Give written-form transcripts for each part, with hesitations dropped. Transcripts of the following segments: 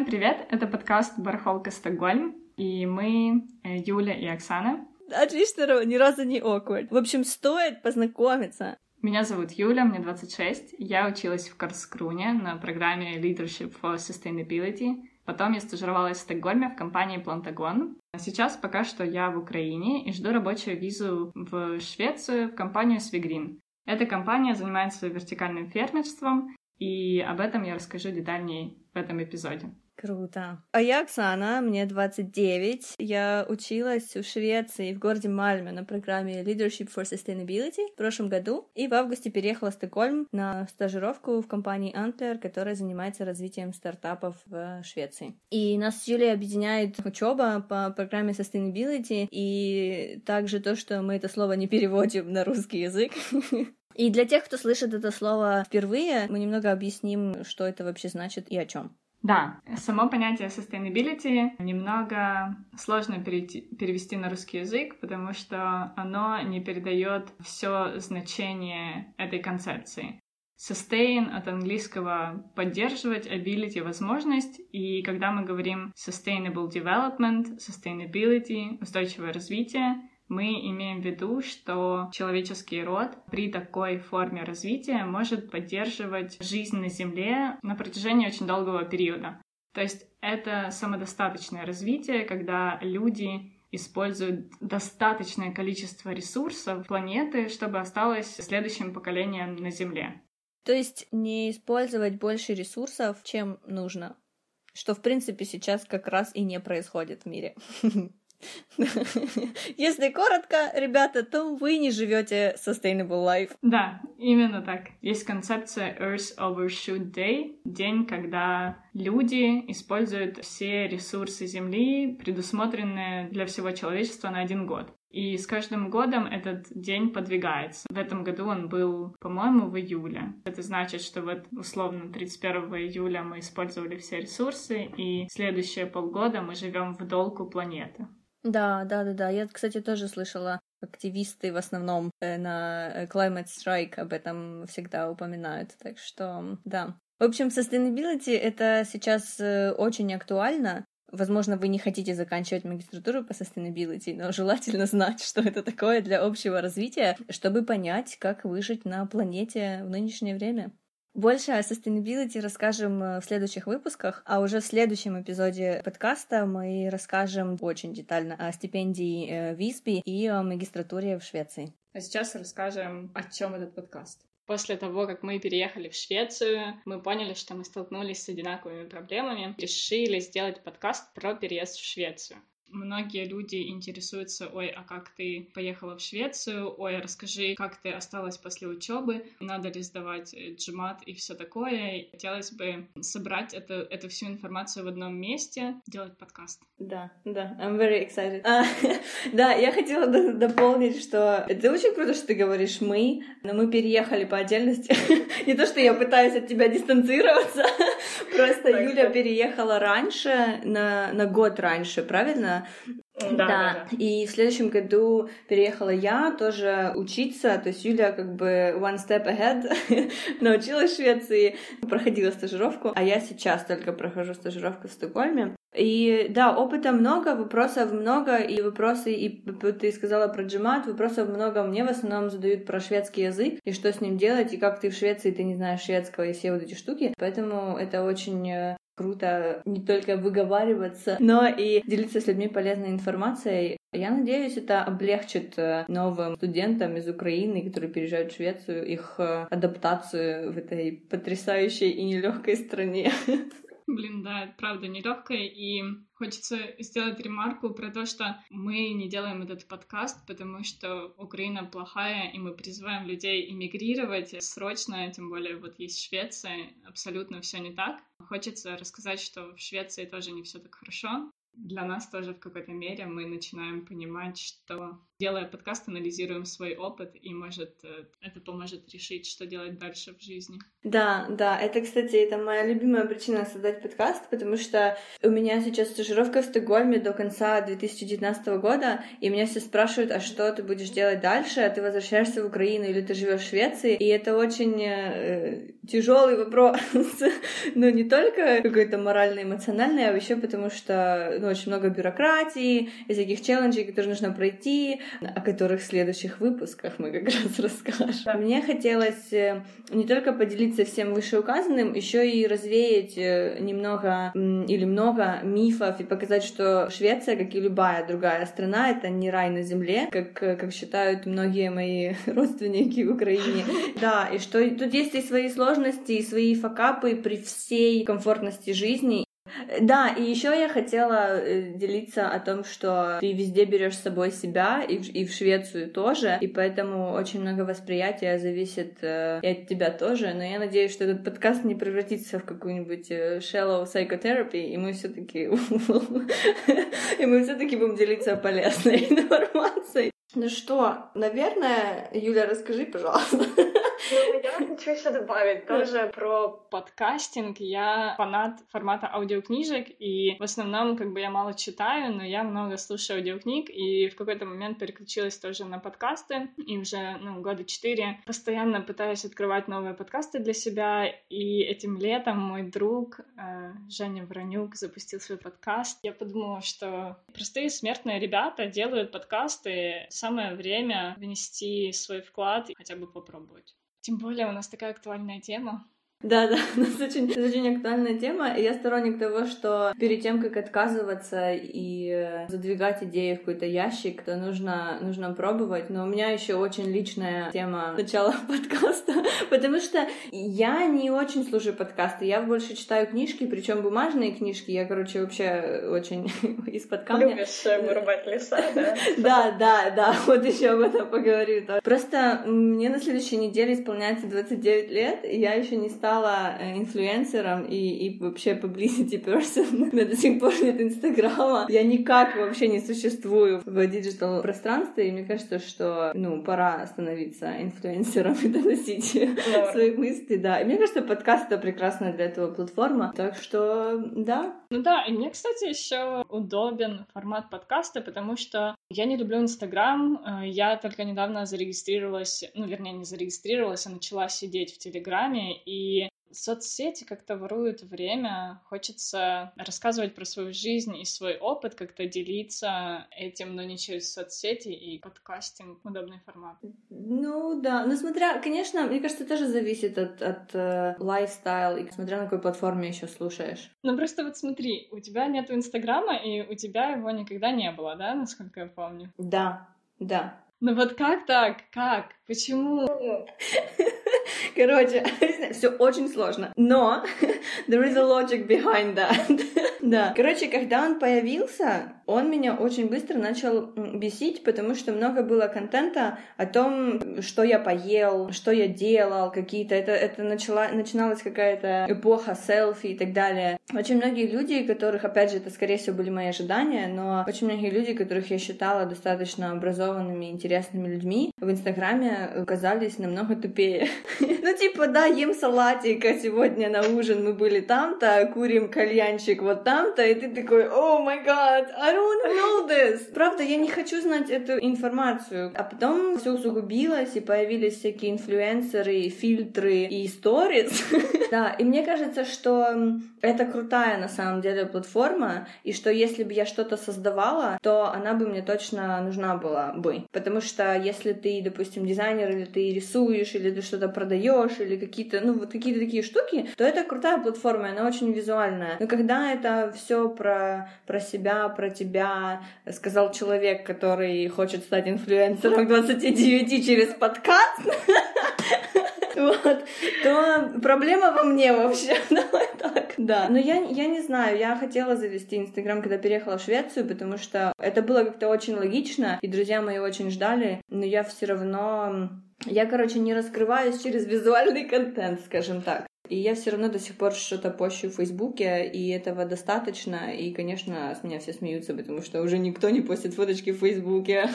привет! Это подкаст «Барахолка Стокгольм», и мы Юля и Оксана. Отлично, ни разу не awkward. В общем, стоит познакомиться. Меня зовут Юля, мне 26. Я училась в Карлскруне на программе Leadership for Sustainability. Потом я стажировалась в Стокгольме в компании Plantagon. Сейчас пока что я в Украине и жду рабочую визу в Швецию в компанию Swegreen. Эта компания занимается вертикальным фермерством, и об этом я расскажу детальнее в этом эпизоде. Круто. А я Оксана, мне 29. Я училась в Швеции, в городе Мальме на программе Leadership for Sustainability в прошлом году. И в августе переехала в Стокгольм на стажировку в компании Antler, которая занимается развитием стартапов в Швеции. И нас с Юлей объединяет учеба по программе Sustainability и также то, что мы это слово не переводим на русский язык. И для тех, кто слышит это слово впервые, мы немного объясним, что это вообще значит и о чем. Да, само понятие sustainability немного сложно перевести на русский язык, потому что оно не передает все значение этой концепции. Sustain от английского поддерживать, ability — возможность, и когда мы говорим sustainable development, sustainability, устойчивое развитие, мы имеем в виду, что человеческий род при такой форме развития может поддерживать жизнь на Земле на протяжении очень долгого периода. То есть это самодостаточное развитие, когда люди используют достаточное количество ресурсов планеты, чтобы осталось следующим поколением на Земле. То есть не использовать больше ресурсов, чем нужно, что в принципе сейчас как раз и не происходит в мире. Если коротко, ребята, то вы не живете sustainable life. Да, именно так. Есть концепция Earth Overshoot Day, день, когда люди используют все ресурсы Земли, предусмотренные для всего человечества на 1 год. И с каждым годом этот день подвигается. В этом году он был, по-моему, в июле. Это значит, что вот условно 31 июля мы использовали все ресурсы, и следующие полгода мы живем в долг у планеты. Да. Я, кстати, тоже слышала, активисты в основном на Climate Strike об этом всегда упоминают, так что да. В общем, sustainability — это сейчас очень актуально. Возможно, вы не хотите заканчивать магистратуру по sustainability, но желательно знать, что это такое для общего развития, чтобы понять, как выжить на планете в нынешнее время. Больше о sustainability расскажем в следующих выпусках, а уже в следующем эпизоде подкаста мы расскажем очень детально о стипендии Висби и о магистратуре в Швеции. А сейчас расскажем, о чем этот подкаст. После того, как мы переехали в Швецию, мы поняли, что мы столкнулись с одинаковыми проблемами, решили сделать подкаст про переезд в Швецию. Многие люди интересуются: ой, а как ты поехала в Швецию? Ой, расскажи, как ты осталась после учебы? Надо ли сдавать GMAT и все такое? Хотелось бы собрать эту всю информацию в одном месте, делать подкаст. Да, I'm very excited. Да, я хотела дополнить, что это очень круто, что ты говоришь «мы», но мы переехали по отдельности. Не то, что я пытаюсь от тебя дистанцироваться, просто Юля переехала раньше, на год раньше, правильно? Да. И в следующем году переехала я тоже учиться, то есть Юля как бы one step ahead научилась в Швеции, проходила стажировку, а я сейчас только прохожу стажировку в Стокгольме. И да, опыта много, вопросов много, и вопросы, и ты сказала про GMAT, вопросов много. Мне в основном задают про шведский язык, и что с ним делать, и как ты в Швеции, ты не знаешь шведского, и все вот эти штуки. Поэтому это очень круто не только выговариваться, но и делиться с людьми полезной информацией. Я надеюсь, это облегчит новым студентам из Украины, которые переезжают в Швецию, их адаптацию в этой потрясающей и нелегкой стране. Блин, да, это правда нелегкая, и хочется сделать ремарку про то, что мы не делаем этот подкаст, потому что Украина плохая, и мы призываем людей эмигрировать срочно, тем более вот есть Швеция, абсолютно все не так. Хочется рассказать, что в Швеции тоже не все так хорошо. для нас тоже в какой-то мере мы начинаем понимать, что, делая подкаст, анализируем свой опыт, и, может, это поможет решить, что делать дальше в жизни. Да, это, кстати, это моя любимая причина создать подкаст, потому что у меня сейчас стажировка в Стокгольме до конца 2019 года, и меня все спрашивают, а что ты будешь делать дальше? Ты возвращаешься в Украину или ты живешь в Швеции? И это очень тяжелый вопрос, но не только какой-то морально-эмоциональный, а еще потому что очень много бюрократии и всяких челленджей, которые нужно пройти, о которых в следующих выпусках мы как раз расскажем. Мне хотелось не только поделиться всем вышеуказанным, еще и развеять немного или много мифов и показать, что Швеция, как и любая другая страна, это не рай на земле, как считают многие мои родственники в Украине. Да, и что тут есть и свои сложности, и свои факапы при всей комфортности жизни. Да, и еще я хотела делиться о том, что ты везде берешь с собой себя, и в Швецию тоже, и поэтому очень много восприятия зависит и от тебя тоже, но я надеюсь, что этот подкаст не превратится в какую-нибудь shallow psychotherapy, и мы все-таки будем делиться полезной информацией. Ну что, наверное, Юля, расскажи, пожалуйста. Я хочу еще добавить тоже про подкастинг. Я фанат формата аудиокнижек, и в основном я мало читаю, но я много слушаю аудиокниг, и в какой-то момент переключилась тоже на подкасты, и уже 4 года постоянно пытаюсь открывать новые подкасты для себя, и этим летом мой друг Женя Вранюк запустил свой подкаст. Я подумала, что простые смертные ребята делают подкасты, самое время внести свой вклад и хотя бы попробовать. Тем более у нас такая актуальная тема. Да, у нас очень актуальная тема, и я сторонник того, что перед тем, как отказываться и задвигать идею в какой-то ящик, то нужно пробовать, но у меня еще очень личная тема начала подкаста, потому что я не очень слушаю подкасты, я больше читаю книжки, причем бумажные книжки, я, вообще очень из-под камня. Любишь вырубать леса, да? Да, вот еще об этом поговорю. Просто мне на следующей неделе исполняется 29 лет, и я еще не стала инфлюенсером и вообще publicity person. У меня до сих пор нет Инстаграма. Я никак вообще не существую в диджитал пространстве, и мне кажется, что пора становиться инфлюенсером и доносить свои мысли, да. И мне кажется, подкаст — это прекрасная для этого платформа. Так что, да. И мне, кстати, еще удобен формат подкаста, потому что я не люблю Инстаграм. Я только недавно зарегистрировалась, не зарегистрировалась, а начала сидеть в Телеграме, и соцсети как-то воруют время. Хочется рассказывать про свою жизнь и свой опыт, как-то делиться этим, но не через соцсети, и подкастинг — удобный формат. Смотря, конечно, мне кажется, тоже зависит от лайфстайл, и смотря на какой платформе еще слушаешь. Просто смотри, у тебя нету Инстаграма, и у тебя его никогда не было, да, насколько я помню? Да. Как так? Как? Почему? Все очень сложно. Но there is a logic behind that. Да. Когда он появился, он меня очень быстро начал бесить, потому что много было контента о том, что я поел, что я делал, какие-то... Это начиналась какая-то эпоха селфи и так далее. Очень многие люди, которых, опять же, это, скорее всего, были мои ожидания, но очень многие люди, которых я считала достаточно образованными и интересными людьми, в Инстаграме оказались намного тупее. Ем салатик, а сегодня на ужин мы были там-то, курим кальянчик вот там-то, и ты такой: «Oh my god, I don't know this!» Правда, я не хочу знать эту информацию. А потом все усугубилось, и появились всякие инфлюенсеры, фильтры и сторис. Да, и мне кажется, что это крутая на самом деле платформа, и что если бы я что-то создавала, то она бы мне точно нужна была бы. Потому что если ты, допустим, дизайнер, или ты рисуешь, или ты что-то продаешь, или какие-то такие штуки, то это крутая платформа, она очень визуальная. Но когда это все про себя, про тебя, сказал человек, который хочет стать инфлюенсером 29 через подкаст, то проблема во мне вообще. Давай так. Да. Но я не знаю, я хотела завести Инстаграм, когда переехала в Швецию, потому что это было как-то очень логично, и друзья мои очень ждали, но я все равно... Я, не раскрываюсь через визуальный контент, скажем так. И я все равно до сих пор что-то пощу в Фейсбуке, и этого достаточно. И, конечно, с меня все смеются, потому что уже никто не постит фоточки в Фейсбуке.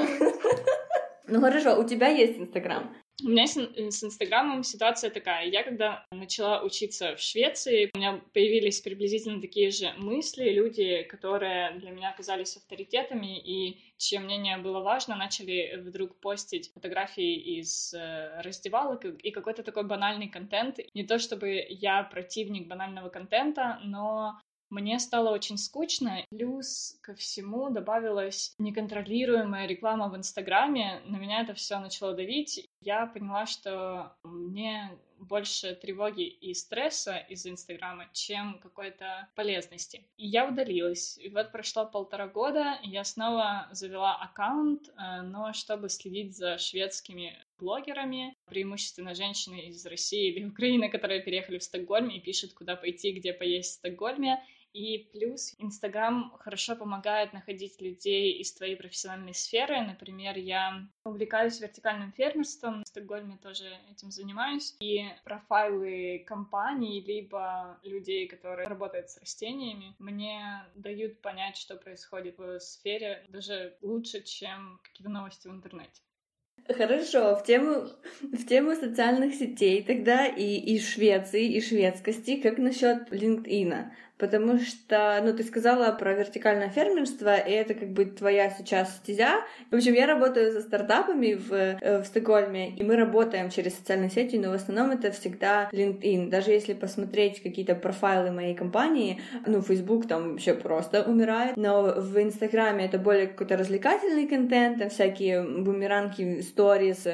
Ну хорошо, у тебя есть Инстаграм? У меня с Инстаграмом ситуация такая. Я когда начала учиться в Швеции, у меня появились приблизительно такие же мысли. Люди, которые для меня оказались авторитетами и чье мнение было важно, начали вдруг постить фотографии из раздевалок и какой-то такой банальный контент. Не то чтобы я противник банального контента, но мне стало очень скучно. Плюс ко всему добавилась неконтролируемая реклама в Инстаграме. На меня это все начало давить. Я поняла, что мне больше тревоги и стресса из-за Инстаграма, чем какой-то полезности. И я удалилась. И вот прошло 1,5 года, и я снова завела аккаунт, но чтобы следить за шведскими блогерами, преимущественно женщины из России или Украины, которые переехали в Стокгольм и пишут, куда пойти, где поесть в Стокгольме. И плюс Инстаграм хорошо помогает находить людей из твоей профессиональной сферы. Например, я увлекаюсь вертикальным фермерством, в Стокгольме тоже этим занимаюсь. И профайлы компаний, либо людей, которые работают с растениями, мне дают понять, что происходит в сфере даже лучше, чем какие-то новости в интернете. Хорошо, в тему социальных сетей тогда и Швеции, и шведскости, как насчет LinkedIn? Потому что, ты сказала про вертикальное фермерство, и это как бы твоя сейчас стезя. В общем, я работаю со стартапами в Стокгольме, и мы работаем через социальные сети, но в основном это всегда LinkedIn. Даже если посмотреть какие-то профайлы моей компании, Facebook там вообще просто умирает, но в Инстаграме это более какой-то развлекательный контент, там всякие бумеранги, сторис,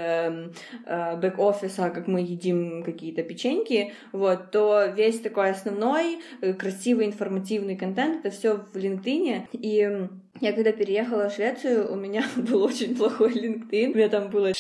бэк-офиса, как мы едим какие-то печеньки, то весь такой основной, красивый, информативный контент, это все в LinkedIn. И я когда переехала в Швецию, у меня был очень плохой LinkedIn. У меня там было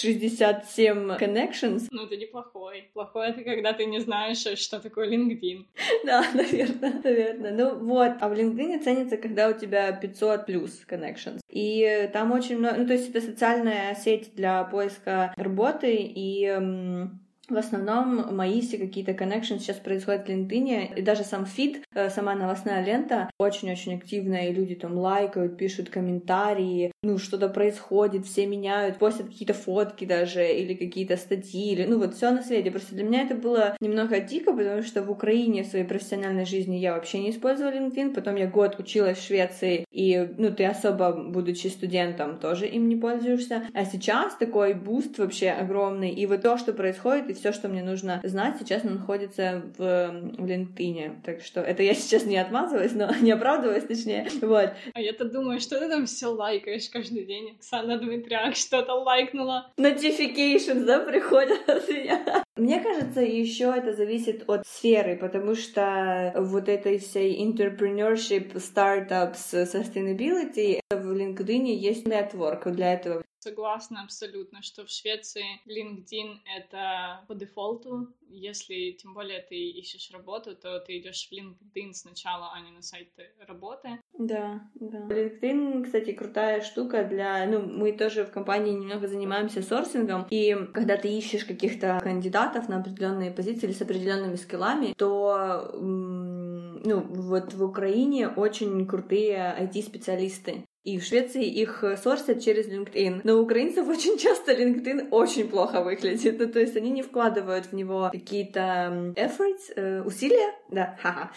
67 connections. Это неплохой. Плохой — это когда ты не знаешь, что такое LinkedIn. Да, наверное. А в LinkedIn ценится, когда у тебя 500 плюс connections. И там очень много... то есть это социальная сеть для поиска работы, и... В основном мои все какие-то connections сейчас происходят в LinkedIn, и даже сам фид, сама новостная лента очень-очень активная, и люди там лайкают, пишут комментарии, что-то происходит, все меняют, постят какие-то фотки даже, или какие-то статьи, или все на свете. Просто для меня это было немного дико, потому что в Украине в своей профессиональной жизни я вообще не использовала LinkedIn, потом я год училась в Швеции, и, ты особо, будучи студентом, тоже им не пользуешься. А сейчас такой буст вообще огромный, и то, что происходит, и все, что мне нужно знать, сейчас находится в LinkedIn. Так что это я сейчас не отмазываюсь, но не оправдываюсь, точнее. А я-то думаю, что ты там все лайкаешь каждый день. Оксана Дмитряк что-то лайкнула. Notifications, да, приходят от меня. Мне кажется, еще это зависит от сферы, потому что этой всей entrepreneurship, startups, sustainability, в LinkedIn есть network для этого. Согласна абсолютно, что в Швеции LinkedIn — это по дефолту. Если, тем более, ты ищешь работу, то ты идешь в LinkedIn сначала, а не на сайт работы. Да. LinkedIn, кстати, крутая штука для... мы тоже в компании немного занимаемся сорсингом, и когда ты ищешь каких-то кандидатов на определенные позиции или с определенными скиллами, то в Украине очень крутые IT-специалисты. И в Швеции их сорсят через LinkedIn. Но у украинцев очень часто LinkedIn очень плохо выглядит. То есть они не вкладывают в него какие-то efforts, усилия. Да, ха-ха.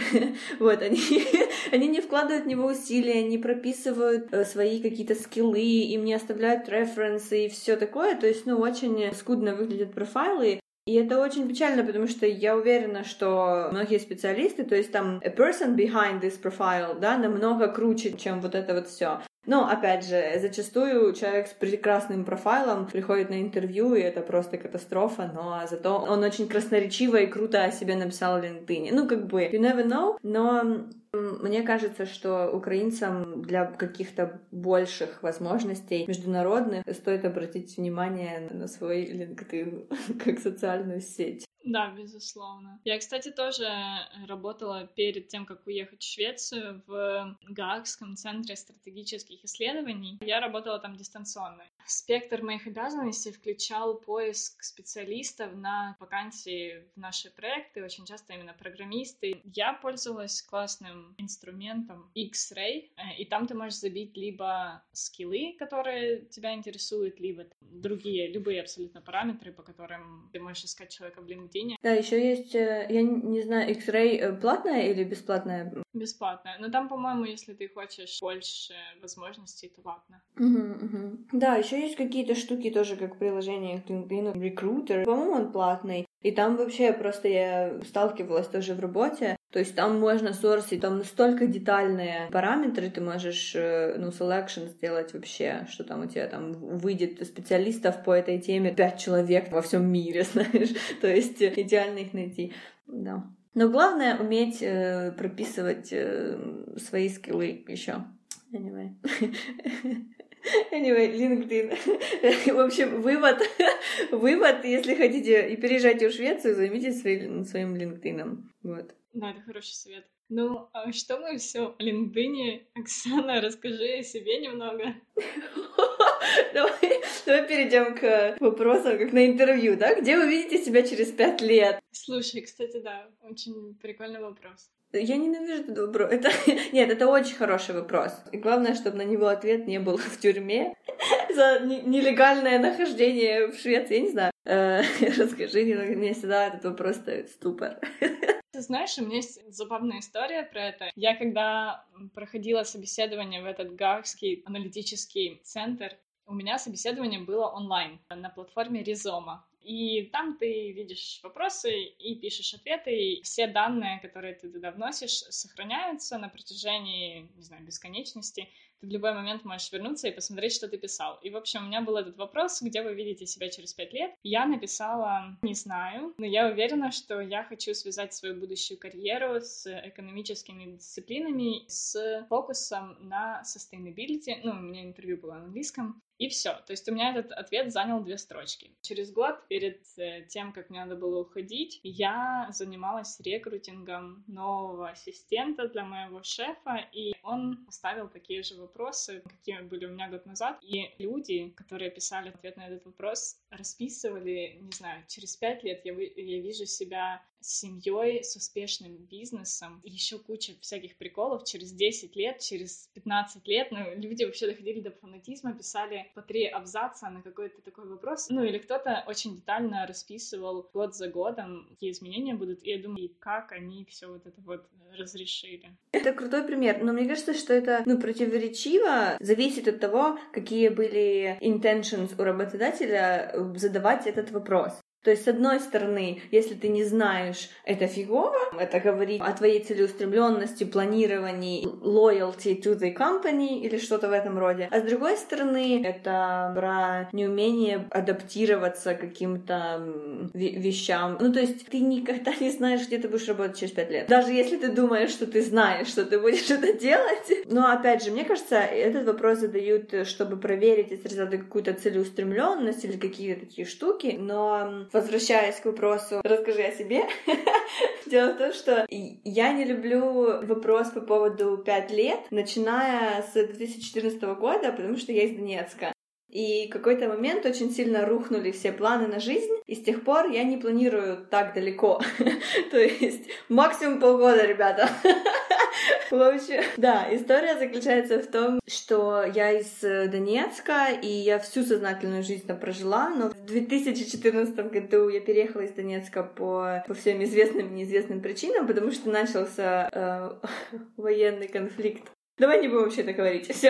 Они не вкладывают в него усилия, не прописывают свои какие-то скиллы, им не оставляют референсы и все такое. То есть, очень скудно выглядят профайлы. И это очень печально, потому что я уверена, что многие специалисты, то есть там a person behind this profile, да, намного круче, чем это все. Но, опять же, зачастую человек с прекрасным профайлом приходит на интервью, и это просто катастрофа, но зато он очень красноречиво и круто о себе написал в LinkedIn. You never know, но мне кажется, что украинцам для каких-то больших возможностей международных стоит обратить внимание на свой LinkedIn как социальную сеть. Да, безусловно. Я, кстати, тоже работала перед тем, как уехать в Швецию, в Гаагском центре стратегических исследований. Я работала там дистанционно. Спектр моих обязанностей включал поиск специалистов на вакансии в наши проекты, очень часто именно программисты. Я пользовалась классным инструментом X-Ray, и там ты можешь забить либо скиллы, которые тебя интересуют, либо другие, любые абсолютно параметры, по которым ты можешь искать человека в LinkedIn. Да, еще есть, я не знаю, X-Ray платная или бесплатная? Бесплатная. Но там, по-моему, если ты хочешь больше возможностей, то платно. Да, еще есть какие-то штуки тоже, как приложение к LinkedIn, Recruiter. По-моему, он платный. И там вообще просто я сталкивалась тоже в работе. То есть там можно сорсить, там настолько детальные параметры, ты можешь, selection сделать вообще, что там у тебя там выйдет специалистов по этой теме 5 человек во всем мире, знаешь. То есть идеально их найти. Да. Но главное уметь прописывать свои скиллы еще. Anyway, LinkedIn. В общем, вывод, если хотите и переезжайте в Швецию, займитесь своим LinkedIn. Вот. Да, это хороший совет. Ну, а что мы все о LinkedIn? Оксана, расскажи о себе немного. Давай перейдем к вопросам, как на интервью, да? Где вы видите себя через 5 лет? Слушай, кстати, да, очень прикольный вопрос. Я ненавижу этот вопрос. Нет, это очень хороший вопрос. И главное, чтобы на него ответ не был в тюрьме за нелегальное нахождение в Швеции. Я не знаю. Расскажи, мне всегда этот вопрос ставит ступор. Ты знаешь, у меня есть забавная история про это. Я когда проходила собеседование в этот Гаагский аналитический центр, у меня собеседование было онлайн на платформе Rizoma. И там ты видишь вопросы и пишешь ответы, и все данные, которые ты туда вносишь, сохраняются на протяжении, не знаю, бесконечности. Ты в любой момент можешь вернуться и посмотреть, что ты писал. И, в общем, у меня был этот вопрос, где вы видите себя через 5 лет. Я написала «не знаю», но я уверена, что я хочу связать свою будущую карьеру с экономическими дисциплинами, с фокусом на sustainability. Ну, у меня интервью было на английском. И все. То есть у меня этот ответ занял 2 строчки. Через год, перед тем, как мне надо было уходить, я занималась рекрутингом нового ассистента для моего шефа, и он поставил такие же вопросы, какие были у меня год назад. И люди, которые писали ответ на этот вопрос, расписывали, не знаю, через 5 лет я вижу себя с семьей, с успешным бизнесом, и еще куча всяких приколов. Через 10 лет, через 15 лет, люди вообще доходили до фанатизма, писали по 3 абзаца на какой-то такой вопрос. Или кто-то очень детально расписывал год за годом, какие изменения будут, и я думаю, как они все вот это вот разрешили. Это крутой пример, но мне кажется, что это, противоречиво, зависит от того, какие были intentions у работодателя задавать этот вопрос. То есть, с одной стороны, если ты не знаешь, это фигово, это говорит о твоей целеустремленности, планировании, loyalty to the company или что-то в этом роде. А с другой стороны, это про неумение адаптироваться к каким-то вещам. То есть, ты никогда не знаешь, где ты будешь работать через 5 лет. Даже если ты думаешь, что ты знаешь, что ты будешь это делать. Но, опять же, мне кажется, этот вопрос задают, чтобы проверить, если это какую-то целеустремленность или какие-то такие штуки. Но возвращаясь к вопросу, расскажи о себе. Дело в том, что я не люблю вопрос по поводу 5 лет, начиная с 2014 года, потому что я из Донецка. И в какой-то момент очень сильно рухнули все планы на жизнь, и с тех пор я не планирую так далеко. То есть максимум полгода, ребята. В общем, да, история заключается в том, что я из Донецка, и я всю сознательную жизнь там прожила, но в 2014 году я переехала из Донецка по всем известным и неизвестным причинам, потому что начался военный конфликт. Давай не будем вообще это говорить, все.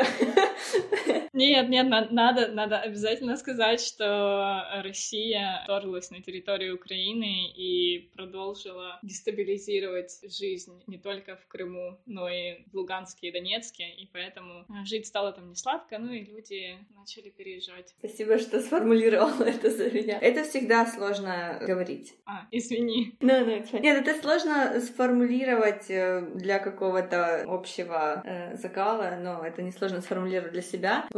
Нет, надо обязательно сказать, что Россия вторглась на территорию Украины и продолжила дестабилизировать жизнь не только в Крыму, но и в Луганске и Донецке, и поэтому жить стало там не сладко, и люди начали переезжать. Спасибо, что сформулировала это за меня. Это всегда сложно говорить. Извини. Нет, это сложно сформулировать для какого-то общего закала, но это несложно сформулировать для себя. В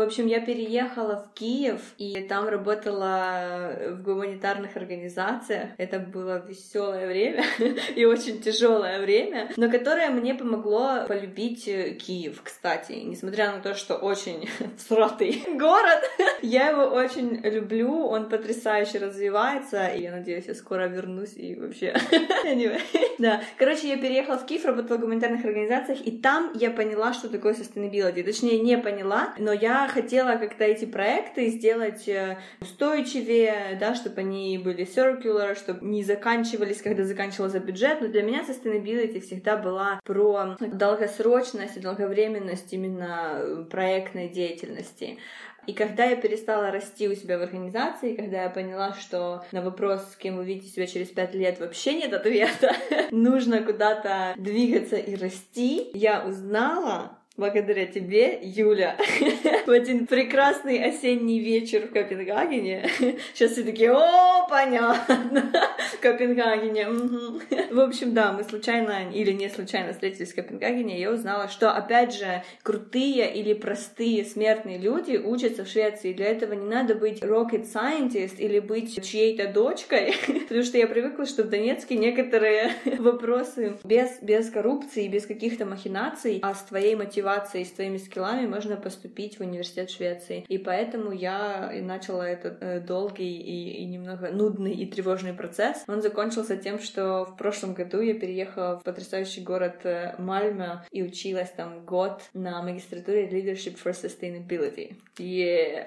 общем, я переехала в Киев, и там работала в гуманитарных организациях. Это было веселое время и очень тяжелое время, но которое мне помогло полюбить Киев, кстати. Несмотря на то, что очень всратый город, я его очень люблю, он потрясающе развивается, и я надеюсь, я скоро вернусь и вообще... Anyway. Да. Короче, я переехала в Киев, работала в гуманитарных организациях, и там я поняла, что такое sustainability. Точнее, не поняла, но я хотела как-то эти проекты сделать устойчивее, да, чтобы они были circular, чтобы не заканчивались, когда заканчивался бюджет. Но для меня sustainability всегда была про долгосрочность и долговременность именно проектной деятельности. И когда я перестала расти у себя в организации, когда я поняла, что на вопрос, с кем вы видите себя через 5 лет, вообще нет ответа, нужно куда-то двигаться и расти, я узнала, благодаря тебе, Юля, в один прекрасный осенний вечер в Копенгагене. Сейчас все такие: о, понятно, в Копенгагене. В общем, да, мы случайно или не случайно встретились в Копенгагене, и я узнала, что, опять же, крутые или простые смертные люди учатся в Швеции. Для этого не надо быть rocket scientist или быть чьей-то дочкой, потому что я привыкла, что в Донецке некоторые вопросы без коррупции, без каких-то махинаций, а с твоей мотивацией, с твоими скиллами можно поступить в университет Швеции. И поэтому я и начала этот долгий и немного нудный и тревожный процесс. Он закончился тем, что в прошлом году я переехала в потрясающий город Мальме и училась там год на магистратуре Leadership for Sustainability. Yeah!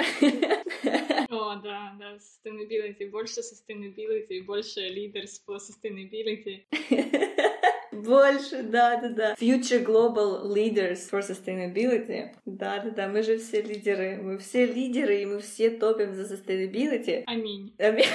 О, да, sustainability, больше sustainability, больше leaders for sustainability. Больше, да. Future Global Leaders for Sustainability. Да, мы же все лидеры. Мы все лидеры, и мы все топим за sustainability. Аминь.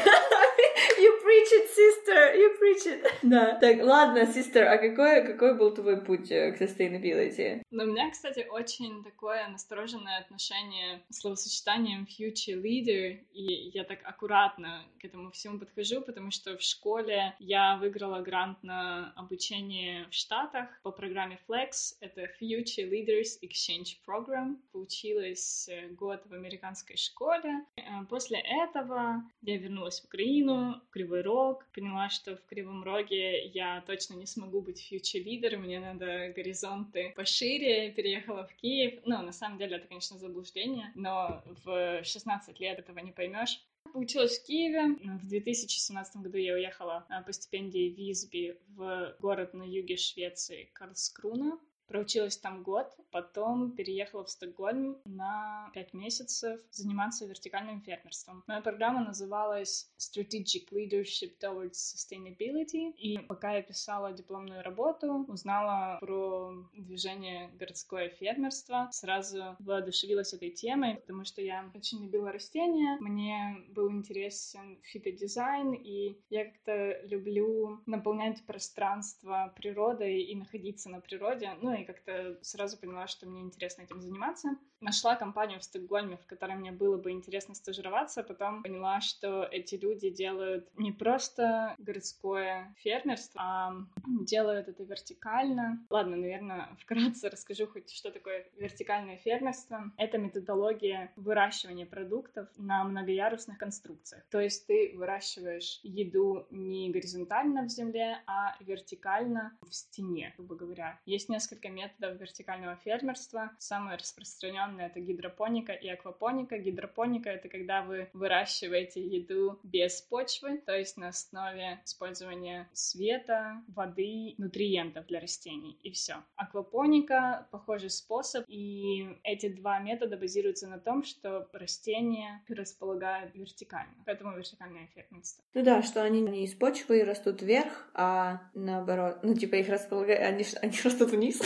You preach it, sister, you preach it. Да. Так, ладно, sister, а какой был твой путь к sustainability? Но у меня, кстати, очень такое настороженное отношение с словосочетанием future leader, и я так аккуратно к этому всему подхожу, потому что в школе я выиграла грант на обучение в Штатах по программе Flex, это Future Leaders Exchange Program. Поучилась год в американской школе. После этого я вернулась в Украину, в Кривой Рог, поняла, что в Кривом Роге я точно не смогу быть фьючер-лидером, мне надо горизонты пошире, переехала в Киев. Ну, на самом деле, это, конечно, заблуждение, но в 16 лет этого не поймешь. Училась в Киеве. В 2017 году я уехала по стипендии Визби в город на юге Швеции Карлскруна. Проучилась там год, потом переехала в Стокгольм на 5 месяцев заниматься вертикальным фермерством. Моя программа называлась Strategic Leadership Towards Sustainability, и пока я писала дипломную работу, узнала про движение городское фермерство, сразу воодушевилась этой темой, потому что я очень любила растения, мне был интересен фитодизайн, и я как-то люблю наполнять пространство природой и находиться на природе, и как-то сразу поняла, что мне интересно этим заниматься. Нашла компанию в Стокгольме, в которой мне было бы интересно стажироваться, потом поняла, что эти люди делают не просто городское фермерство, а делают это вертикально. Ладно, наверное, вкратце расскажу хоть, что такое вертикальное фермерство. Это методология выращивания продуктов на многоярусных конструкциях. То есть ты выращиваешь еду не горизонтально в земле, а вертикально в стене, грубо говоря. Есть несколько методов вертикального фермерства. Самое распространенное — это гидропоника и аквапоника. Гидропоника — это когда вы выращиваете еду без почвы, то есть на основе использования света, воды, нутриентов для растений, и все. Аквапоника — похожий способ, и эти два метода базируются на том, что растения располагают вертикально. Поэтому вертикальное фермерство. Ну да, что они не из почвы растут вверх, а наоборот, их располагают, они растут вниз.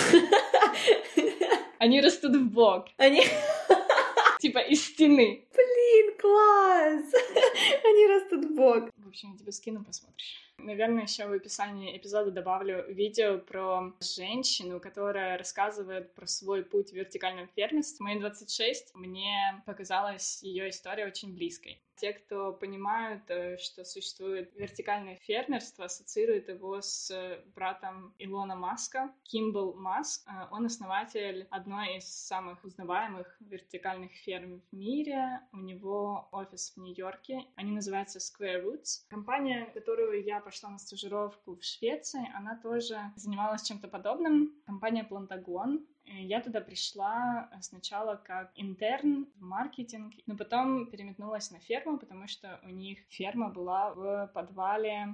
Они растут в бок. Типа из стены. Блин, класс! Они растут в бок. В общем, я тебе скину, посмотришь. Наверное, еще в описании эпизода добавлю видео про женщину, которая рассказывает про свой путь в вертикальном фермерстве. Мне 26, мне показалась ее история очень близкой. Те, кто понимают, что существует вертикальное фермерство, ассоциируют его с братом Илона Маска, Кимбл Маск. Он основатель одной из самых узнаваемых вертикальных ферм в мире. У него офис в Нью-Йорке. Они называются Square Roots. Компания, в которую я пошла на стажировку в Швеции, она тоже занималась чем-то подобным. Компания Plantagon. Я туда пришла сначала как интерн в маркетинг, но потом переметнулась на ферму, потому что у них ферма была в подвале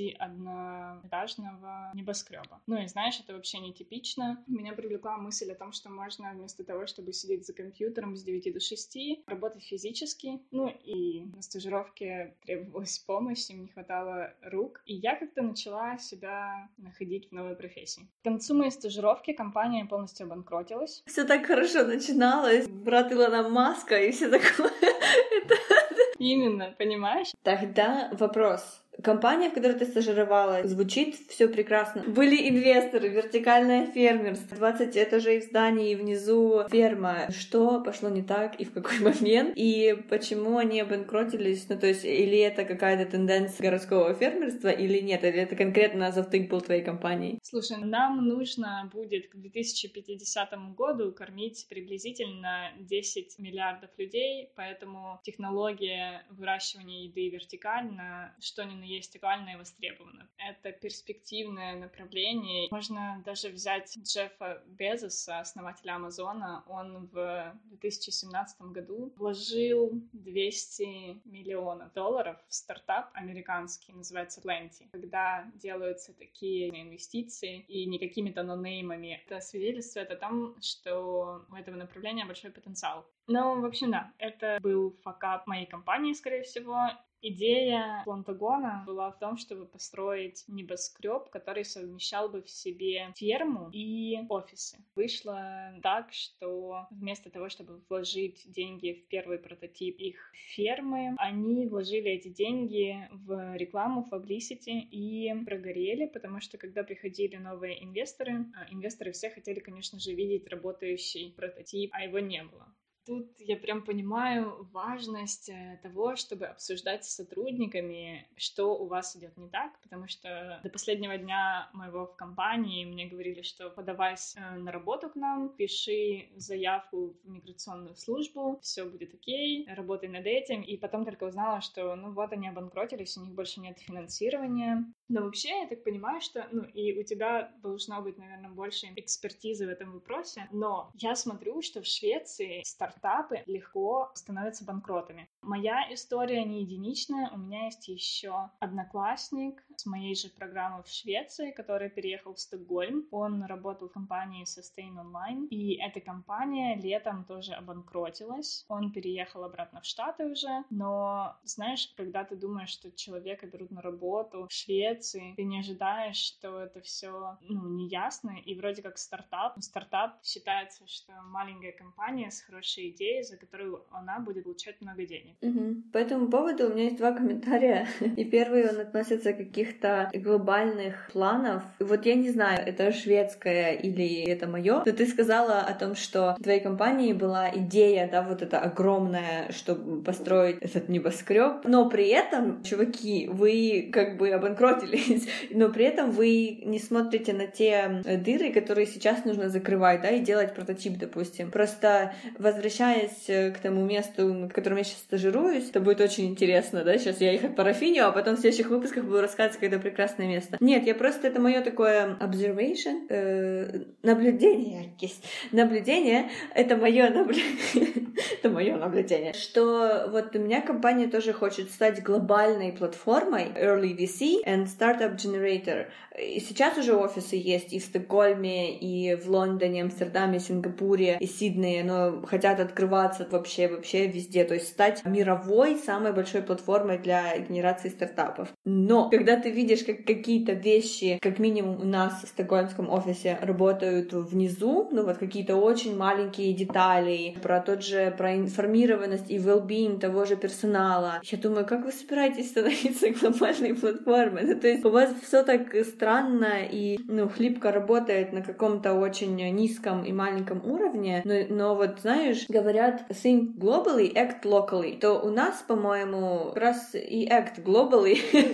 21-этажного небоскреба. Ну и знаешь, это вообще нетипично. Меня привлекла мысль о том, что можно вместо того, чтобы сидеть за компьютером с 9 до 6, работать физически. Ну и на стажировке требовалась помощь, им не хватало рук. И я как-то начала себя находить в новой профессии. К концу моей стажировки компания полностью обанкротилась. Все так хорошо начиналось. Брат Илона Маска и все такое. Именно, понимаешь? Тогда вопрос. Компания, в которой ты стажировалась, звучит все прекрасно. Были инвесторы, вертикальное фермерство, 20 этажей в здании, и внизу ферма. Что пошло не так и в какой момент? И почему они обанкротились? Ну, то есть, или это какая-то тенденция городского фермерства, или нет? Или это конкретно завтык был твоей компании? Слушай, нам нужно будет к 2050 году кормить приблизительно 10 миллиардов людей, поэтому технология выращивания еды вертикально, что ни на есть актуально и востребовано. Это перспективное направление. Можно даже взять Джеффа Безоса, основателя Амазона. Он в 2017 году вложил $200 миллионов в стартап американский, называется Lenti. Когда делаются такие инвестиции и не какими-то нонеймами, это свидетельствует о том, что у этого направления большой потенциал. Ну, в общем, да, это был факап моей компании, скорее всего. Идея Плантагона была в том, чтобы построить небоскреб, который совмещал бы в себе ферму и офисы. Вышло так, что вместо того, чтобы вложить деньги в первый прототип их фермы, они вложили эти деньги в рекламу, в publicity и прогорели, потому что когда приходили новые инвесторы все хотели, конечно же, видеть работающий прототип, а его не было. Тут я прям понимаю важность того, чтобы обсуждать с сотрудниками, что у вас идет не так, потому что до последнего дня моего в компании мне говорили, что подавайся на работу к нам, пиши заявку в миграционную службу, все будет окей, работай над этим, и потом только узнала, что ну вот они обанкротились, у них больше нет финансирования. Но вообще, я так понимаю, что, и у тебя должно быть, наверное, больше экспертизы в этом вопросе, но я смотрю, что в Швеции стартапы легко становятся банкротами. Моя история не единичная, у меня есть еще одноклассник с моей же программы в Швеции, который переехал в Стокгольм. Он работал в компании Sustain Online, и эта компания летом тоже обанкротилась. Он переехал обратно в Штаты уже, но, знаешь, когда ты думаешь, что человека берут на работу в Швеции, ты не ожидаешь, что это все неясно, и вроде как стартап. Стартап считается, что маленькая компания с хорошей идеей, за которую она будет получать много денег. По этому поводу у меня есть 2 комментария. И первый, он относится к каких-то глобальных планов. И вот я не знаю, это шведское или это мое, но ты сказала о том, что в твоей компании была идея, да, вот эта огромная, чтобы построить этот небоскреб, но при этом, чуваки, вы как бы обанкротились, но при этом вы не смотрите на те дыры, которые сейчас нужно закрывать, да, и делать прототип, допустим. Просто возвращаясь к тому месту, на котором я сейчас стажируюсь, это будет очень интересно, да, сейчас я их отпарафиню, а потом в следующих выпусках буду рассказывать, какое прекрасное место. Нет, я просто, это мое такое observation, наблюдение, это мое наблюдение, что вот у меня компания тоже хочет стать глобальной платформой Early VC and Startup Generator. И сейчас уже офисы есть и в Стокгольме, и в Лондоне, Амстердаме, Сингапуре, и Сиднее, но хотят открываться вообще везде, то есть стать мировой самой большой платформой для генерации стартапов. Но когда ты ты видишь, как какие-то вещи, как минимум у нас в стокгольмском офисе работают внизу, ну вот какие-то очень маленькие детали, про информированность и well-being того же персонала. Я думаю, как вы собираетесь становиться глобальной платформой? Ну, то есть у вас все так странно и, хлипко работает на каком-то очень низком и маленьком уровне, но вот, знаешь, говорят think globally, act locally, то у нас, по-моему, как раз и act globally,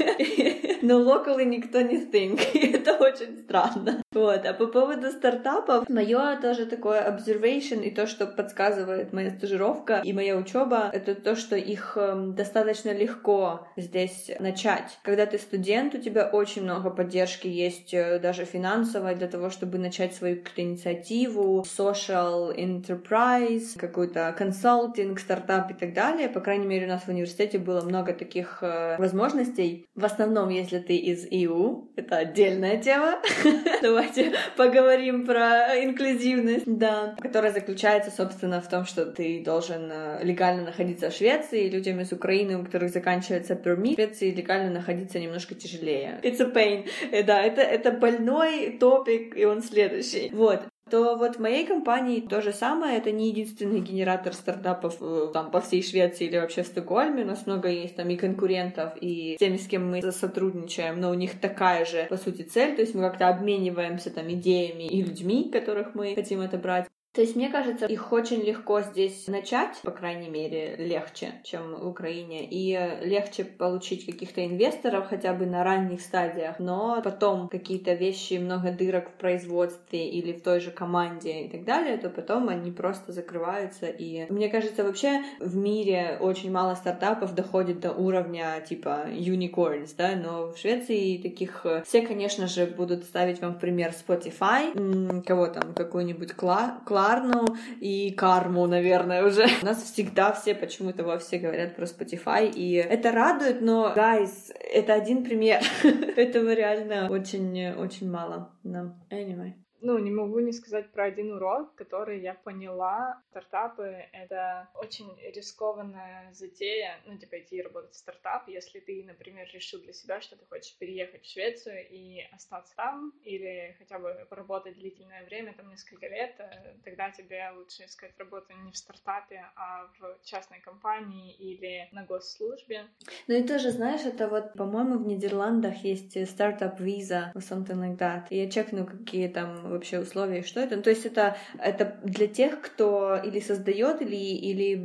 но locally никто не think, и это очень странно. Вот, а по поводу стартапов, мое тоже такое observation и то, что подсказывает моя стажировка и моя учеба, это то, что их достаточно легко здесь начать. Когда ты студент, у тебя очень много поддержки есть, даже финансовой, для того, чтобы начать свою какую-то инициативу, social enterprise, какой-то консалтинг, стартап и так далее. По крайней мере, у нас в университете было много таких возможностей. В основном, если ты из EU, это отдельная тема. Давайте поговорим про инклюзивность, да, которая заключается, собственно, в том, что ты должен легально находиться в Швеции. Людям из Украины, у которых заканчивается пермит, в Швеции легально находиться немножко тяжелее. It's a pain. Да, это больной топик, и он следующий. Вот. То вот в моей компании то же самое, это не единственный генератор стартапов там по всей Швеции или вообще в Стокгольме, у нас много есть там и конкурентов, и с теми, с кем мы сотрудничаем, но у них такая же, по сути, цель, то есть мы как-то обмениваемся там идеями и людьми, которых мы хотим отобрать. То есть, мне кажется, их очень легко здесь начать, по крайней мере, легче, чем в Украине, и легче получить каких-то инвесторов хотя бы на ранних стадиях, но потом какие-то вещи, много дырок в производстве или в той же команде и так далее, то потом они просто закрываются, и мне кажется, вообще в мире очень мало стартапов доходит до уровня типа unicorns, да, но в Швеции таких все, конечно же, будут ставить вам в пример Spotify, кого там, какую-нибудь Кларну и Карму, наверное, уже. У нас всегда все почему-то во все говорят про Spotify, и это радует, но, guys, это один пример. Этого реально очень мало. No. Anyway. Не могу не сказать про один урок, который я поняла. Стартапы — это очень рискованная затея, идти работать в стартап, если ты, например, решил для себя, что ты хочешь переехать в Швецию и остаться там, или хотя бы поработать длительное время, там несколько лет, тогда тебе лучше искать работу не в стартапе, а в частной компании или на госслужбе. Ну и тоже, знаешь, это вот, по-моему, в Нидерландах есть стартап-виза or something like that. И я чекну, какие там вообще условия, что это. Ну, то есть это для тех, кто или создает, или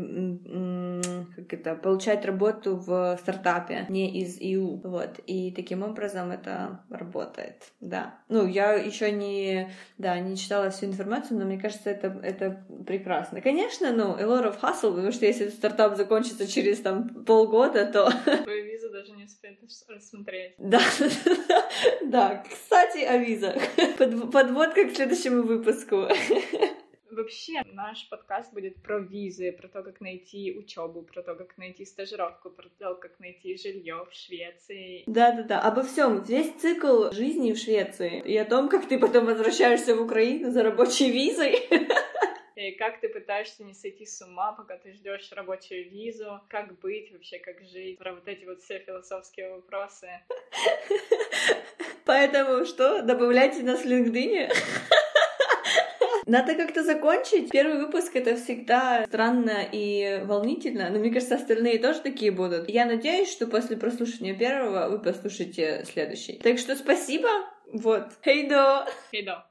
получает работу в стартапе, не из EU. Вот. И таким образом это работает. Да. Я еще не читала всю информацию, но мне кажется, это прекрасно. Конечно, a lot of hustle, потому что если стартап закончится через полгода, то... Твою визу даже не успеют рассмотреть. Да. Кстати, о визах. Подводка к следующему выпуску. Вообще, наш подкаст будет про визы, про то, как найти учебу, про то, как найти стажировку, про то, как найти жилье в Швеции. Да, обо всем. Весь цикл жизни в Швеции. И о том, как ты потом возвращаешься в Украину за рабочей визой. И как ты пытаешься не сойти с ума, пока ты ждешь рабочую визу, как быть вообще, как жить, про вот эти вот все философские вопросы. Поэтому что? Добавляйте нас в LinkedIn. Надо как-то закончить. Первый выпуск — это всегда странно и волнительно, но мне кажется, остальные тоже такие будут. Я надеюсь, что после прослушивания первого вы послушаете следующий. Так что спасибо. Вот. Хейдо! Хейдо!